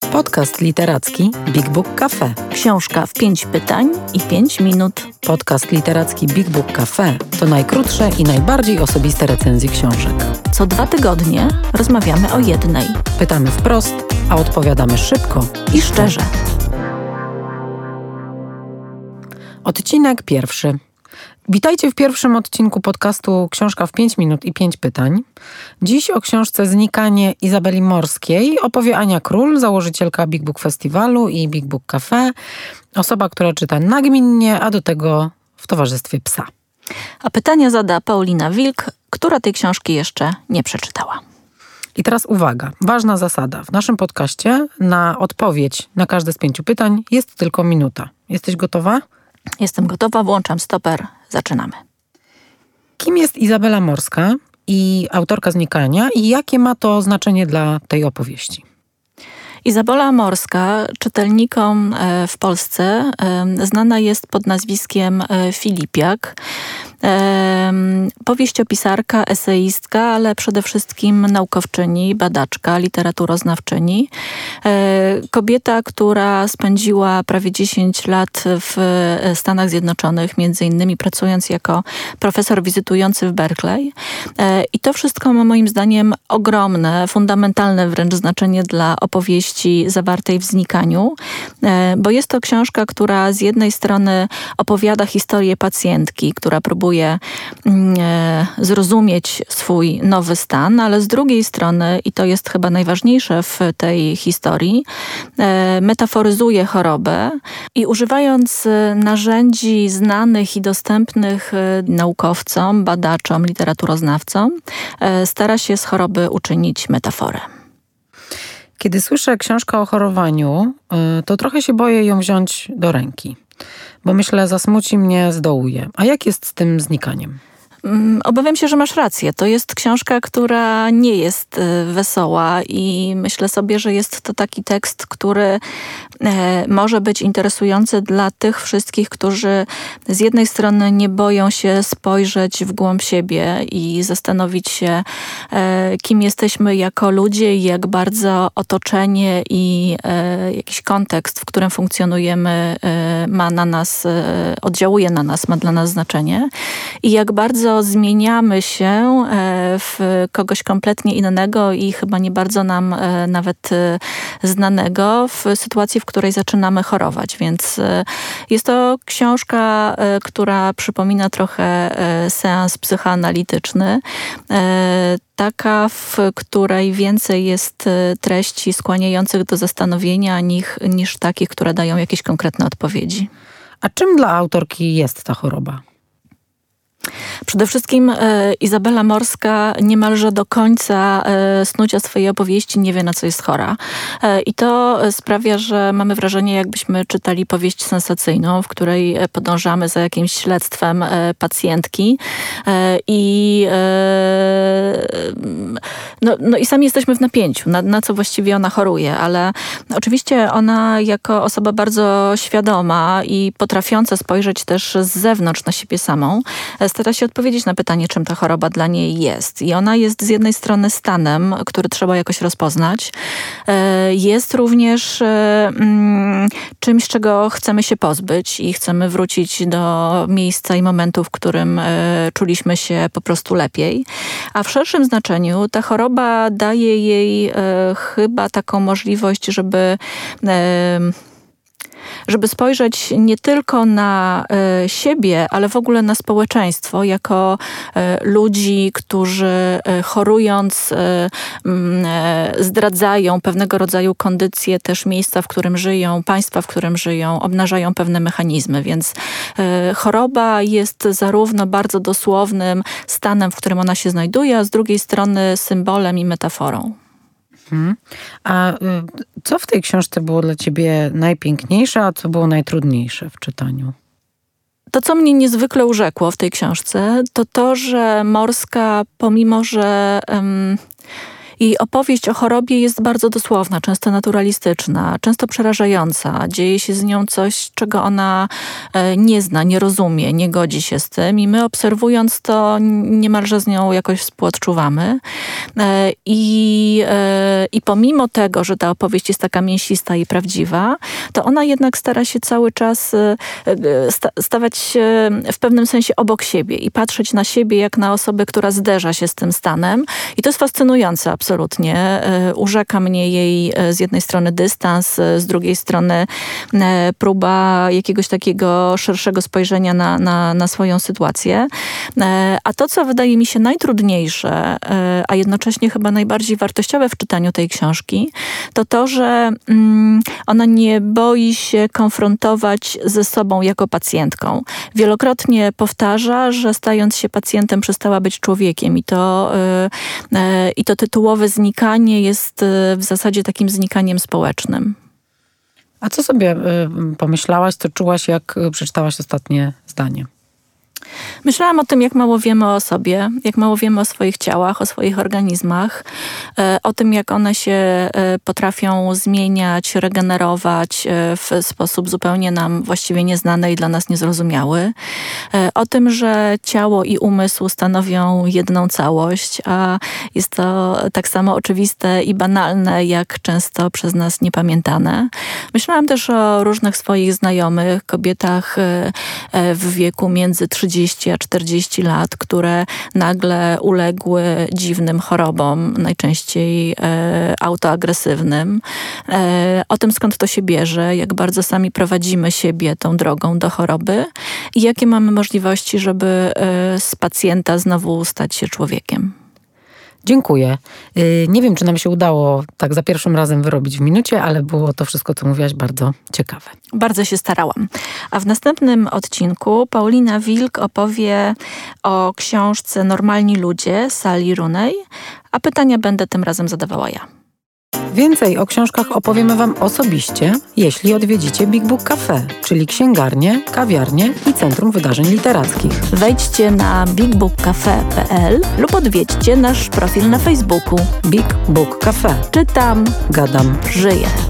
Podcast literacki Big Book Cafe. Książka w 5 pytań i 5 minut. Podcast literacki Big Book Cafe to najkrótsze i najbardziej osobiste recenzje książek. Co 2 tygodnie rozmawiamy o jednej. Pytamy wprost, a odpowiadamy szybko I szczerze. Odcinek 1. Witajcie w pierwszym odcinku podcastu Książka w 5 minut i 5 pytań. Dziś o książce Znikanie Izabeli Morskiej opowie Ania Król, założycielka Big Book Festiwalu i Big Book Cafe. Osoba, która czyta nagminnie, a do tego w towarzystwie psa. A pytania zada Paulina Wilk, która tej książki jeszcze nie przeczytała. I teraz uwaga, ważna zasada. W naszym podcaście na odpowiedź na każde z 5 pytań jest tylko minuta. Jesteś gotowa? Jestem gotowa, włączam stoper, zaczynamy. Kim jest Izabela Morska i autorka Znikania i jakie ma to znaczenie dla tej opowieści? Izabela Morska czytelnikom w Polsce znana jest pod nazwiskiem Filipiak. Powieściopisarka, eseistka, ale przede wszystkim naukowczyni, badaczka, literaturoznawczyni. Kobieta, która spędziła prawie 10 lat w Stanach Zjednoczonych, między innymi pracując jako profesor wizytujący w Berkeley. I to wszystko ma moim zdaniem ogromne, fundamentalne wręcz znaczenie dla opowieści zawartej w Znikaniu, bo jest to książka, która z jednej strony opowiada historię pacjentki, która próbuje zrozumieć swój nowy stan, ale z drugiej strony, i to jest chyba najważniejsze w tej historii, metaforyzuje chorobę i używając narzędzi znanych i dostępnych naukowcom, badaczom, literaturoznawcom, stara się z choroby uczynić metaforę. Kiedy słyszę książkę o chorowaniu, to trochę się boję ją wziąć do ręki, bo myślę, zasmuci mnie, zdołuje. A jak jest z tym znikaniem? Obawiam się, że masz rację. To jest książka, która nie jest wesoła i myślę sobie, że jest to taki tekst, który może być interesujący dla tych wszystkich, którzy z jednej strony nie boją się spojrzeć w głąb siebie i zastanowić się, kim jesteśmy jako ludzie i jak bardzo otoczenie i jakiś kontekst, w którym funkcjonujemy, ma na nas, oddziałuje na nas, ma dla nas znaczenie i jak bardzo zmieniamy się w kogoś kompletnie innego i chyba nie bardzo nam nawet znanego w sytuacji, w której zaczynamy chorować. Więc jest to książka, która przypomina trochę seans psychoanalityczny. Taka, w której więcej jest treści skłaniających do zastanowienia niż takich, które dają jakieś konkretne odpowiedzi. A czym dla autorki jest ta choroba? Przede wszystkim Izabela Morska niemalże do końca snucia swojej opowieści nie wie, na co jest chora. I to sprawia, że mamy wrażenie, jakbyśmy czytali powieść sensacyjną, w której podążamy za jakimś śledztwem pacjentki i i sami jesteśmy w napięciu, na co właściwie ona choruje, ale oczywiście ona jako osoba bardzo świadoma i potrafiąca spojrzeć też z zewnątrz na siebie samą, stara się odpowiedzieć na pytanie, czym ta choroba dla niej jest. I ona jest z jednej strony stanem, który trzeba jakoś rozpoznać. Jest również czymś, czego chcemy się pozbyć i chcemy wrócić do miejsca i momentu, w którym czuliśmy się po prostu lepiej. A w szerszym znaczeniu ta choroba daje jej chyba taką możliwość, żeby spojrzeć nie tylko na siebie, ale w ogóle na społeczeństwo, jako ludzi, którzy chorując zdradzają pewnego rodzaju kondycje też miejsca, w którym żyją, państwa, w którym żyją, obnażają pewne mechanizmy. Więc choroba jest zarówno bardzo dosłownym stanem, w którym ona się znajduje, a z drugiej strony symbolem i metaforą. A co w tej książce było dla ciebie najpiękniejsze, a co było najtrudniejsze w czytaniu? To, co mnie niezwykle urzekło w tej książce, to to, że Morska, pomimo że I opowieść o chorobie jest bardzo dosłowna, często naturalistyczna, często przerażająca. Dzieje się z nią coś, czego ona nie zna, nie rozumie, nie godzi się z tym i my obserwując to niemalże z nią jakoś współodczuwamy. I pomimo tego, że ta opowieść jest taka mięsista i prawdziwa, to ona jednak stara się cały czas stawać się w pewnym sensie obok siebie i patrzeć na siebie jak na osobę, która zderza się z tym stanem. I to jest fascynujące absolutnie. Urzeka mnie jej z jednej strony dystans, z drugiej strony próba jakiegoś takiego szerszego spojrzenia na swoją sytuację. A to, co wydaje mi się najtrudniejsze, a jednocześnie chyba najbardziej wartościowe w czytaniu tej książki, to to, że ona nie boi się konfrontować ze sobą jako pacjentką. Wielokrotnie powtarza, że stając się pacjentem przestała być człowiekiem i to tytułowe znikanie jest w zasadzie takim znikaniem społecznym. A co sobie pomyślałaś, co czułaś, jak przeczytałaś ostatnie zdanie? Myślałam o tym, jak mało wiemy o sobie, jak mało wiemy o swoich ciałach, o swoich organizmach, o tym, jak one się potrafią zmieniać, regenerować w sposób zupełnie nam właściwie nieznany i dla nas niezrozumiały. O tym, że ciało i umysł stanowią jedną całość, a jest to tak samo oczywiste i banalne, jak często przez nas niepamiętane. Myślałam też o różnych swoich znajomych, kobietach w wieku między 30 a 40 lat, które nagle uległy dziwnym chorobom, najczęściej autoagresywnym. O tym, skąd to się bierze, jak bardzo sami prowadzimy siebie tą drogą do choroby i jakie mamy możliwości, żeby z pacjenta znowu stać się człowiekiem. Dziękuję. Nie wiem, czy nam się udało tak za pierwszym razem wyrobić w minucie, ale było to wszystko, co mówiłaś, bardzo ciekawe. Bardzo się starałam. A w następnym odcinku Paulina Wilk opowie o książce Normalni ludzie Sally Rooney, a pytania będę tym razem zadawała ja. Więcej o książkach opowiemy Wam osobiście, jeśli odwiedzicie Big Book Cafe, czyli księgarnię, kawiarnię i Centrum Wydarzeń Literackich. Wejdźcie na bigbookcafe.pl lub odwiedźcie nasz profil na Facebooku. Big Book Cafe. Czytam, gadam, żyję.